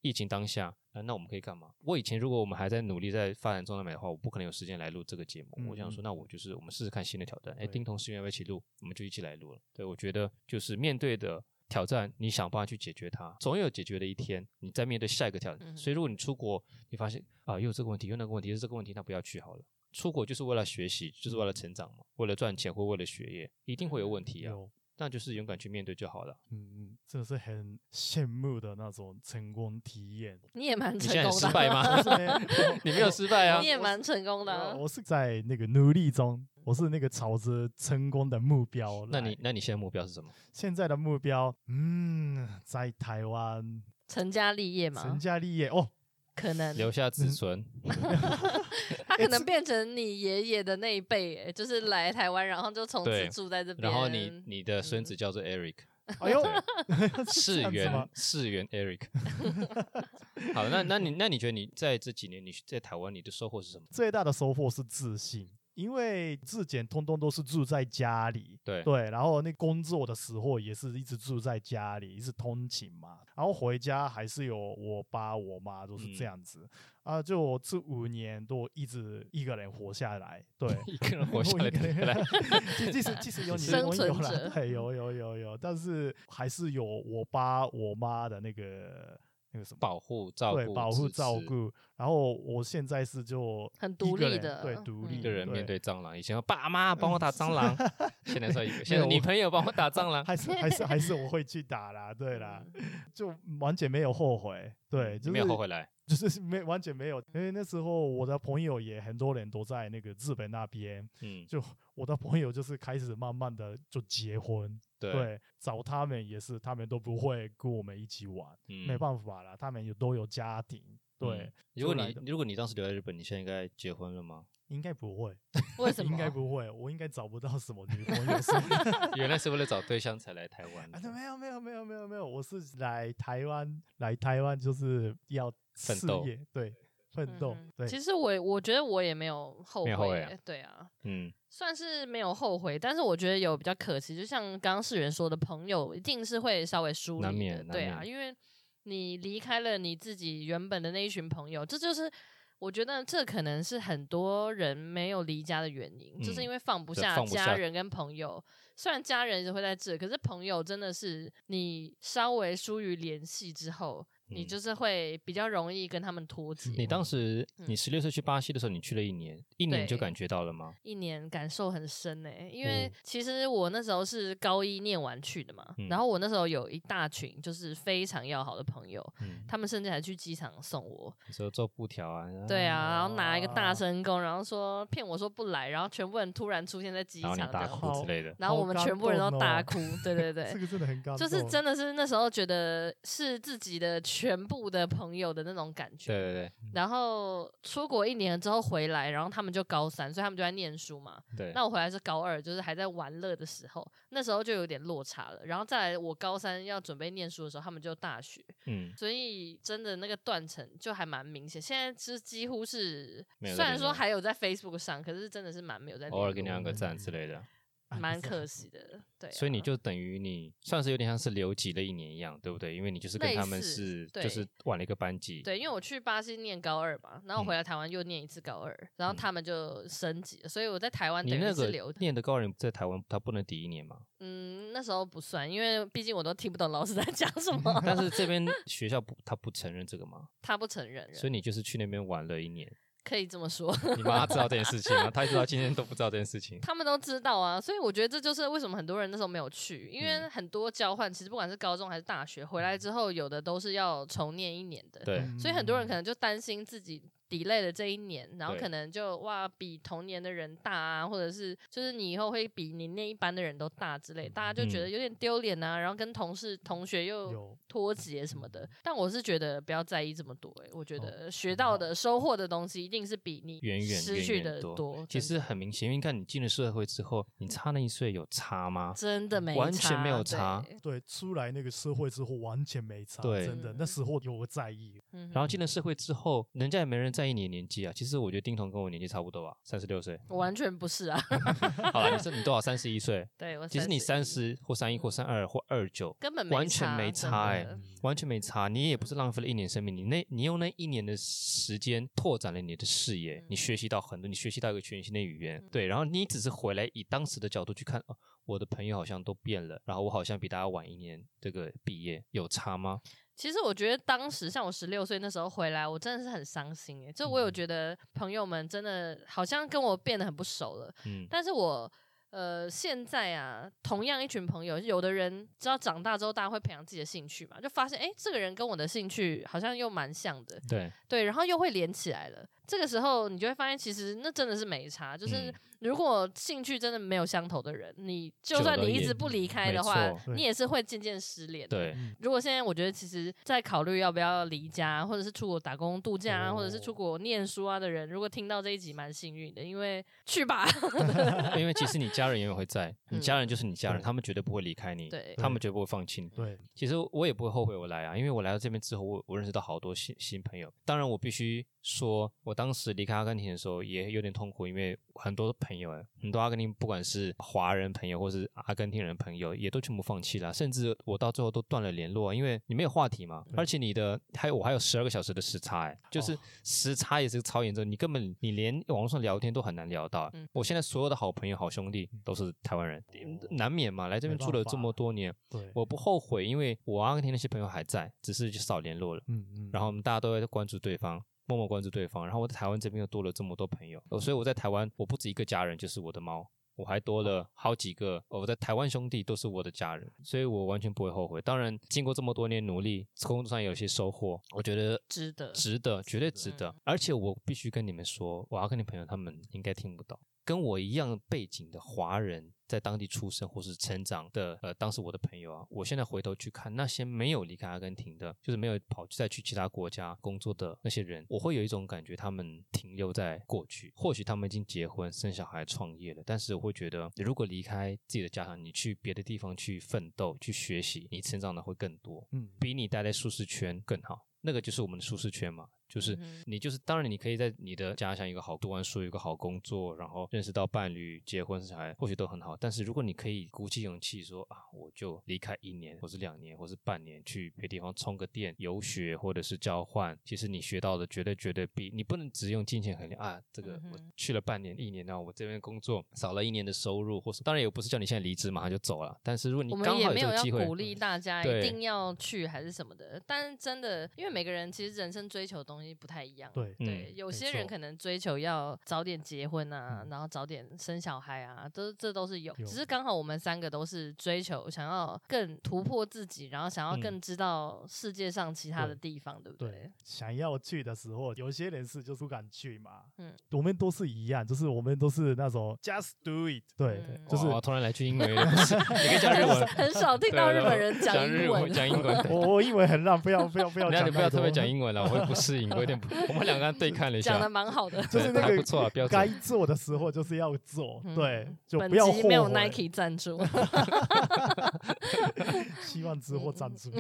疫情当下，那我们可以干嘛？我以前如果我们还在努力在发展中南美的话，我不可能有时间来录这个节目。我想说，那我我们试试看新的挑战。丁同事愿不愿意一起录，我们就一起来录了。对，我觉得就是面对的挑战，你想办法去解决它，总有解决的一天。你再面对下一个挑战。所以如果你出国，你发现又有这个问题，又那个问题，是这个问题，那不要去好了。出国就是为了学习，就是为了成长嘛，为了赚钱或为了学业，一定会有问题啊。那就是勇敢去面对就好了。 真的是很羡慕的那种成功体验。 你也蛮成功的。 你现在失败吗？你没有失败啊。 你也蛮成功的啊。 我是在那个努力中，我是那个朝着成功的目标。 那你现在目标是什么？ 现在的目标，在台湾成家立业嘛。 成家立业哦。 可能留下子孙， 他可能变成你爷爷的那一辈，就是来台湾，然后就从此住在这边。 然后你的孙子叫做 Eric， 哎呦， 世元 Eric。好，那你觉得你在这几年你在台湾你的收获是什么？ 最大的收获是自信。因为之前通通都是住在家里，对，然后那工作的时候也是一直住在家里，一直通勤嘛，然后回家还是有我爸我妈都是这样子。就我这5年都一直一个人活下来，对， 一个人活下来， 即使有你生存者， 对，有，但是还是有我爸我妈的那个什么保护照顾，然后我现在是就很独立的， 对，独立一个人面对蟑螂。以前爸妈帮我打蟑螂，现在说现在女朋友帮我打蟑螂， 还是我会去打啦，对啦，就完全没有后悔，对，就是没有后悔来。 就是完全没有，因为那时候我的朋友也很多人都在那个日本那边，就我的朋友就是开始慢慢的就结婚，对，找他们也是，他们都不会跟我们一起玩，没办法啦，他们都有家庭，对。 如果你当时留在日本，你现在应该结婚了吗？ 应该不会。 为什么？ 应该不会，我应该找不到什么女朋友。 原来是为了找对象才来台湾。 没有，我是来台湾就是要奋斗， 对，奋斗。对， 其实我觉得我也没有后悔，对啊，算是没有后悔，但是我觉得有比较可惜，就像刚刚世元说的，朋友一定是会稍微疏离的，对啊，因为你离开了你自己原本的那一群朋友，这就是。我觉得这可能是很多人没有离家的原因，就是因为放不下家人跟朋友。虽然家人一直会在这，可是朋友真的是你稍微疏于联系之后，你就是会比较容易跟他们脱节。 你当时你16岁去巴西的时候，你去了1年，1年就感觉到了吗 ？1年感受很深因为其实我那时候是高1念完去的嘛，然后我那时候有一大群就是非常要好的朋友，他们甚至还去机场送我。 你说做布条啊？ 对啊，然后拿一个大声公，然后说骗我说不来，然后全部人突然出现在机场， 然后你大哭之类的， 然后我们全部人都大哭，对， 这个真的很感动， 就是真的是那时候觉得是自己的全部的朋友的那种感觉， 对。 然后出国1年之后回来，然后他们就高3，所以他们就在念书嘛。 对。 那我回来是高2，就是还在玩乐的时候，那时候就有点落差了。然后再来我高3要准备念书的时候，他们就大学，所以真的那个断层就还蛮明显。现在是几乎是，虽然说还有在 Facebook 上，可是真的是蛮没有在联络， 偶尔给你按个赞之类的。 蛮可惜的，对、 所以你就等于你算是有点像是留级了1年一样，对不对？因为你就是跟他们是就是晚了一个班级。 对，因为我去巴西念高2嘛，然后回来台湾又念一次高2，然后他们就升级了，所以我在台湾等于是留。 你那个念的高2在台湾，他不能抵1年吗？ 那时候不算，因为毕竟我都听不懂老师在讲什么。 但是这边学校他不承认这个吗？ 他不承认， 所以你就是去那边玩了1年。 可以这么说。 你妈知道这件事情吗？她知道今天都不知道这件事情。 他们都知道啊，所以我觉得这就是为什么很多人那时候没有去，因为很多交换其实不管是高中还是大学回来之后，有的都是要重念1年的。 对， 所以很多人可能就担心自己delay 了这1年，然后可能就比同年的人大啊，或者是就是你以后会比你那一班的人都大之类，大家就觉得有点丢脸啊，然后跟同事同学又脱节什么的。但我是觉得不要在意这么多，我觉得学到的收获的东西一定是比你失去的多。 其实很明显，因为看你进了社会之后，你差那1岁有差吗？ 真的没差， 完全没有差。 对，出来那个社会之后完全没差，真的那时候有在意。 然后进了社会之后，人家也没人在在意你的年纪啊。其实我觉得丁彤跟我年纪差不多吧，36岁。 我完全不是啊。 好了，你多少？31岁。 对，我其实你30或31或32或29， 根本没差， 完全没差完全没差。你也不是浪费了1年生命，你用那1年的时间拓展了你的视野，你学习到很多，你学习到一个全新的语言，对，然后你只是回来以当时的角度去看，我的朋友好像都变了，然后我好像比大家晚1年这个毕业，有差吗？ 其实我觉得当时像我16岁那时候回来，我真的是很伤心就我有觉得朋友们真的好像跟我变得很不熟了，但是我现在啊，同样一群朋友，有的人知道长大之后，大家会培养自己的兴趣嘛，就发现这个人跟我的兴趣好像又蛮像的，对，然后又会连起来了。这个时候你就会发现，其实那真的是没差，就是如果兴趣真的没有相投的人，你就算你一直不离开的话，你也是会渐渐失联的。 对， 如果现在我觉得，其实在考虑要不要离家，或者是出国打工度假啊，或者是出国念书啊的人，如果听到这一集，蛮幸运的，因为去吧。 因为其实你家人永远会在，你家人就是你家人，他们绝对不会离开你，他们绝对不会放弃你。 对， 其实我也不会后悔我来啊，因为我来到这边之后，我认识到好多新朋友。当然，我必须说，我当时离开阿根廷的时候也有点痛苦，因为很多朋友很多阿根廷不管是华人朋友或是阿根廷人朋友也都全部放弃了，甚至我到最后都断了联络，因为你没有话题嘛，而且我还有12个小时的时差就是时差也是超严重，你连网络上聊天都很难聊到我现在所有的好朋友好兄弟都是台湾人，难免嘛，来这边住了这么多年，我不后悔，因为我阿根廷那些朋友还在，只是就少联络了，然后我们大家都在关注对方，默默关注对方，然后我在台湾这边又多了这么多朋友，所以我在台湾我不止一个家人，就是我的猫，我还多了好几个，我在台湾兄弟都是我的家人，所以我完全不会后悔。当然经过这么多年努力，工作上有些收获，我觉得值得，绝对值得。而且我必须跟你们说，我阿根廷朋友他们应该听不到，跟我一样背景的华人在当地出生或是成长的当时我的朋友我现在回头去看那些没有离开阿根廷的，就是没有再去其他国家工作的那些人，我会有一种感觉他们停留在过去，或许他们已经结婚生小孩创业了，但是我会觉得如果离开自己的家乡，你去别的地方去奋斗去学习，你成长的会更多，比你待在舒适圈更好，那个就是我们的舒适圈嘛，就是你就是当然你可以在你的家乡读完书有一个好工作，然后认识到伴侣结婚生小孩或许都很好，但是如果你可以鼓起勇气说我就离开1年或是2年或是半年去别的地方充个电游学或者是交换，其实你学到的绝对比你不能只用金钱衡量这个我去了半年1年，然后我这边工作少了1年的收入，或是当然也不是叫你现在离职马上就走了，但是如果你刚好有这个机会，我们也没有要鼓励大家一定要去还是什么的，但是真的因为每个人其实人生追求的东西不太一样，对，有些人可能追求要早点结婚啊，然后早点生小孩啊，这都是有，只是刚好我们3个都是追求想要更突破自己，然后想要更知道世界上其他的地方，对不对？ 想要去的时候，有些人是就是不敢去嘛，我们都是一样，就是我们都是那种 just do it， 对，就是我突然来句英文，你可以讲日文， 很少听到日本人讲英文， 讲英文， 我英文很烂，不要讲， 你不要特别讲英文了，我会不适应，我有点我们2个对看了一下， 讲的蛮好的， 就是那个不错标准， 该做的时候就是要做，对，就不要后悔。 本集没有 Nike 赞助， 希望之后赞助。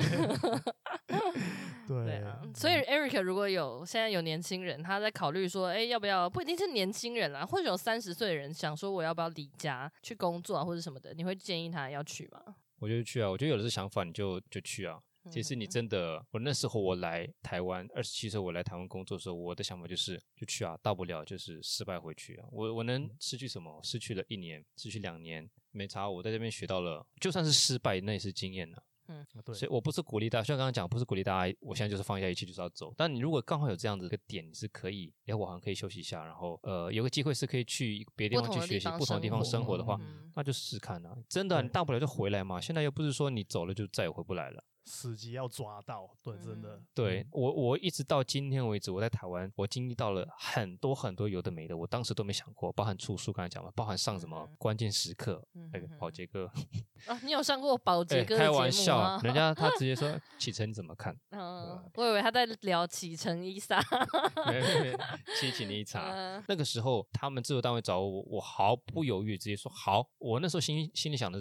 对啊，所以 Eric 如果现在有年轻人他在考虑说，要不要，不一定是年轻人啦，或者有30岁的人想说我要不要离家去工作或者什么的，你会建议他要去吗？ 我就去啊，我觉得有的是想法，你就去啊。其实你真的，我那时候我来台湾27岁，我来台湾工作的时候，我的想法就是就去啊，大不了就是失败回去啊。我能失去什么？失去了1年，失去2年，没差。我在这边学到了，就算是失败，那也是经验啊。 对， 所以我不是鼓励大家，像刚刚讲，不是鼓励大家，我现在就是放下一切就是要走。但你如果刚好有这样子的一个点，你是可以，我好像可以休息一下，然后有个机会是可以去别的地方去学习，不同的地方生活的话，那就试试看啊。真的，你大不了就回来嘛。现在又不是说你走了就再也回不来了。 时机要抓到，对，真的。 对，我一直到今天为止，我在台湾，我经历到了很多有的没的，我当时都没想过，包含出书刚才讲嘛，包含上什么关键时刻，那个宝杰哥你有上过宝杰哥的节目吗？ 开玩笑，人家他直接说启程你怎么看？ 我以为他在聊启程伊莎， 没，请你一查。那个时候他们制作单位找我，我毫不犹豫直接说好。我那时候心里想的是什么？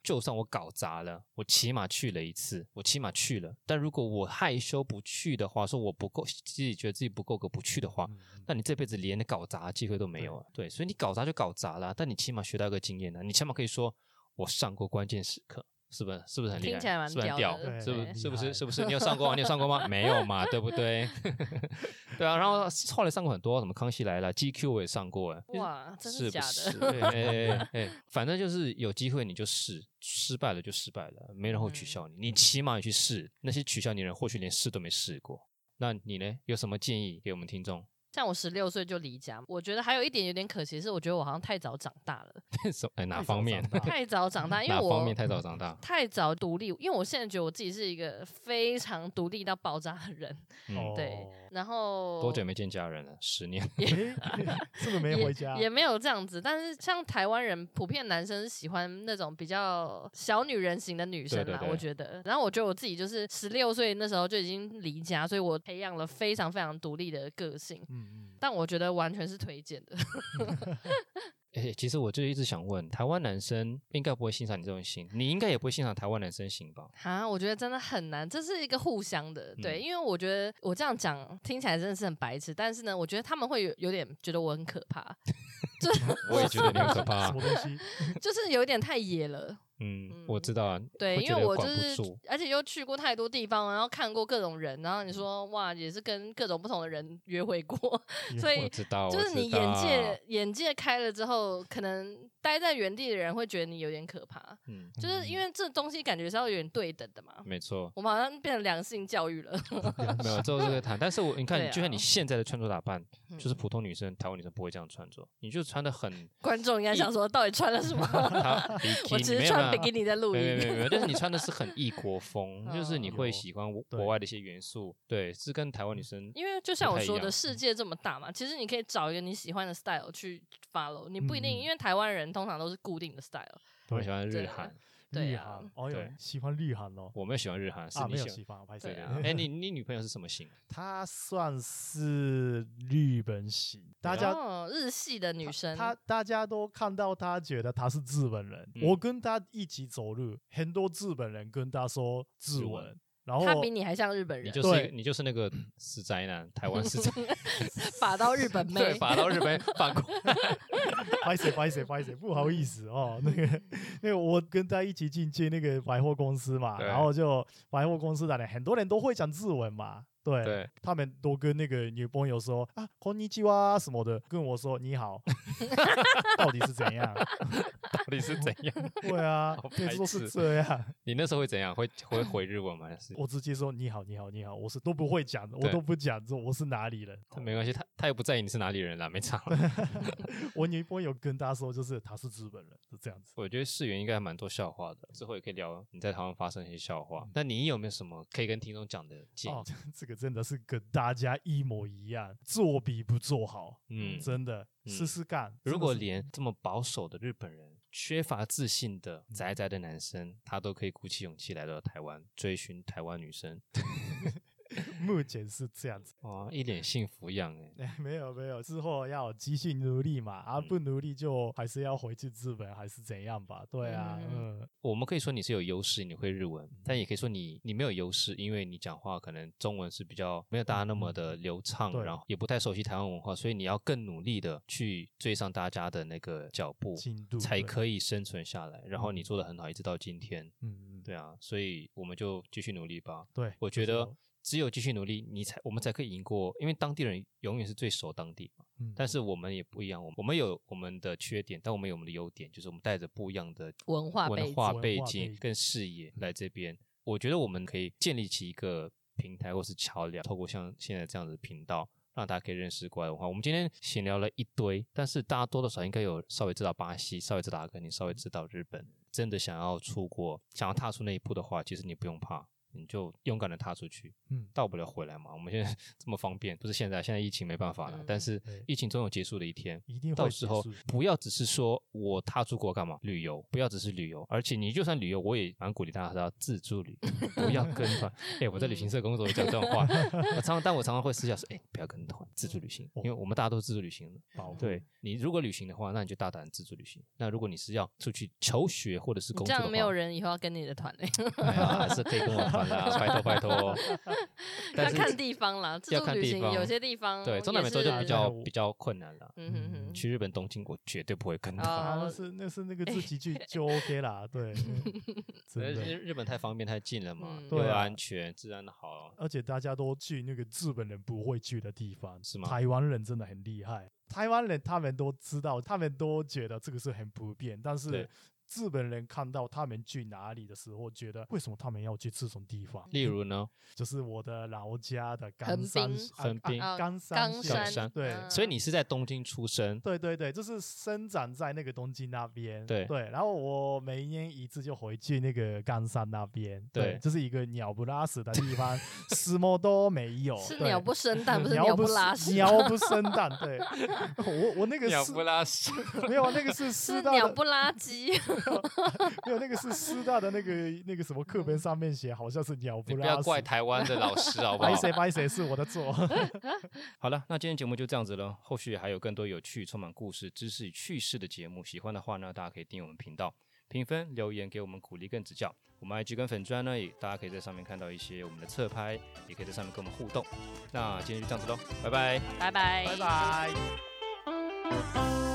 就算我搞砸了，我起码去了一次，我起码去了。但如果我害羞不去的话，说我不够，自己觉得自己不够格不去的话，那你这辈子连搞砸的机会都没有了。对，所以你搞砸就搞砸了，但你起码学到一个经验了，你起码可以说我上过关键时刻。是不是很厉害？ 听起来蛮屌的， 是不是？你有上过吗？你有上过吗？没有嘛，对不对？对啊，然后后来上过很多，什么康熙来了、GQ 我也上过， 哇，真的假的？ 是不是？反正就是有机会你就试，失败了就失败了，没人会取笑你，你起码你去试。那些取笑你的人或许连试都没试过。那你呢？有什么建议给我们听众？ 像我16岁就离家，我觉得还有一点有点可惜，是我觉得我好像太早长大了。 哪方面？ 太早长大，因为哪方面太早长大？ 太早独立，因为我现在觉得我自己是一个非常独立到爆炸的人。对，然后多久没见家人了？10年。 是不是没回家？ 也没有这样子，但是像台湾人普遍男生是喜欢那种比较小女人型的女生啦，我觉得。然后我觉得我自己就是16岁那时候就已经离家，所以我培养了非常非常独立的个性。但我觉得完全是推荐的。 其实我就一直想问，台湾男生应该不会欣赏你这种型，你应该也不会欣赏台湾男生型吧？ 我觉得真的很难，这是一个互相的，对，因为我觉得我这样讲听起来真的是很白痴，但是呢，我觉得他们会有点觉得我很可怕， 我也觉得你很可怕， 什么东西？ 就是有点太野了。 我知道啊， 对，因为我就是，而且又去过太多地方，然后看过各种人，然后你说哇，也是跟各种不同的人约会过，所以就是你眼界开了之后，可能待在原地的人会觉得你有点可怕，就是因为这东西感觉是要有点对等的嘛。 没错， 我们好像变成良性教育了， 没有，这个谈。但是你看，就像你现在的穿着打扮，就是普通女生、台湾女生不会这样穿着，你就穿的很。 观众应该想说，到底穿了什么？我只是穿比基尼在录音。 没有，但是你穿的是很异国风，就是你会喜欢国外的一些元素，对，是跟台湾女生。 因为就像我说的，世界这么大嘛，其实你可以找一个你喜欢的 style 去 follow， 你不一定，因为台湾人通常都是固定的 style。 我喜欢日韩。 对啊， 喜欢日韩哦。 我没有喜欢日韩，是你喜欢。 对啊， 你女朋友是什么型？ 她算是日本型，大家日系的女生， 大家都看到她觉得她是日本人。我跟她一起走路，很多日本人跟她说日文。然后他比你还像日本人， 你就是那个死宅男，台湾死宅， 把到日本妹， 对，把到日本反过。 不好意思，不好意思哦。那个，我跟他一起进那个百货公司嘛，然后就百货公司的人很多人都会讲日文嘛。对，他们都跟那个女朋友说啊，こんにちは什么的，跟我说你好，到底是怎样？ 到底是怎样？ 对啊，那时候是这样。 你那时候会怎样？会回日文吗？ 我直接说你好，我是都不会讲的，我都不讲说我是哪里人。 没关系，他也不在意你是哪里人啦，没差。 我女朋友跟他说，就是他是日本人，是这样子。 我觉得世元应该还蛮多笑话的，之后也可以聊你在台湾发生一些笑话。那你有没有什么可以跟听众讲的建议？ 这个真的是跟大家一模一样，做比不做好。真的试试干。 如果连这么保守的日本人，缺乏自信的宅宅的男生，他都可以鼓起勇气来到台湾追寻台湾女生。 目前是这样子， 一脸幸福样没有，之后要继续努力嘛，不努力就还是要回去日本，还是怎样吧？对啊， 我们可以说你是有优势，你会日文，但也可以说你没有优势，因为你讲话可能中文是比较没有大家那么的流畅，然后也不太熟悉台湾文化，所以你要更努力的去追上大家的那个脚步，才可以生存下来。然后你做得很好，一直到今天，对啊，所以我们就继续努力吧。 对， 我觉得。只有继续努力，我们才可以赢过，因为当地人永远是最熟当地嘛。但是我们也不一样，我们有我们的缺点，但我们有我们的优点，就是我们带着不一样的文化背景跟视野来这边。我觉得我们可以建立起一个平台或是桥梁，透过像现在这样的频道，让大家可以认识国外文化。我们今天闲聊了一堆，但是大家多多少应该有稍微知道巴西，稍微知道阿根廷，稍微知道日本。真的想要出国，想要踏出那一步的话，其实你不用怕。你就勇敢的踏出去，到不了回来嘛。我们现在这么方便，不是现在疫情没办法了，但是疫情总有结束的一天， 一定会到时候不要只是说我踏出国干嘛旅游，不要只是旅游，而且你就算旅游，我也蛮鼓励大家要自助旅游，不要跟团。我在旅行社工作，我讲这种话，但我常常会私下说，不要跟团， 自助旅行，因为我们大家都是自助旅行的。对，你如果旅行的话，那你就大胆自助旅行。那如果你是要出去求学或者是工作的话， 这样没有人以后要跟你的团嘞。 还是可以跟我团啦，拜托。 但是要看地方啦，自助旅行有些地方对中南美洲就比较困难啦。去日本东京我绝对不会跟团。 那是那个自己去就 OK 啦，对。 日本太方便太近了嘛，又安全，治安好， 而且大家都去那个日本人不会去的地方， 是吗？ 台湾人真的很厉害，台湾人他们都知道，他们都觉得这个是很普遍，但是日本人看到他们去哪里的时候，觉得为什么他们要去这种地方？ 例如呢， 就是我的老家的冈山， 冈山，对， 所以你是在东京出生？ 对，就是生长在那个东京那边， 对， 然后我每一年一次就回去那个冈山那边，对，这是一个鸟不拉屎的地方，什么都没有， 是鸟不生蛋，不是鸟不拉屎， 鸟不生蛋，对，我那个鸟不拉屎， 没有，那个是鸟不拉鸡。 没有，那个是师大的那个什么课本上面写，好像是鸟不拉屎。 你不要怪台湾的老师好不好？ 白谁是我的错。 好了，那今天节目就这样子了。后续还有更多有趣、充满故事、知识与趣事的节目，喜欢的话呢，大家可以订阅我们频道，评分留言给我们鼓励跟指教。我们 IG 跟粉专呢，大家可以在上面看到一些我们的侧拍，也可以在上面跟我们互动。那今天就这样子喽，拜拜， 拜拜， 拜拜。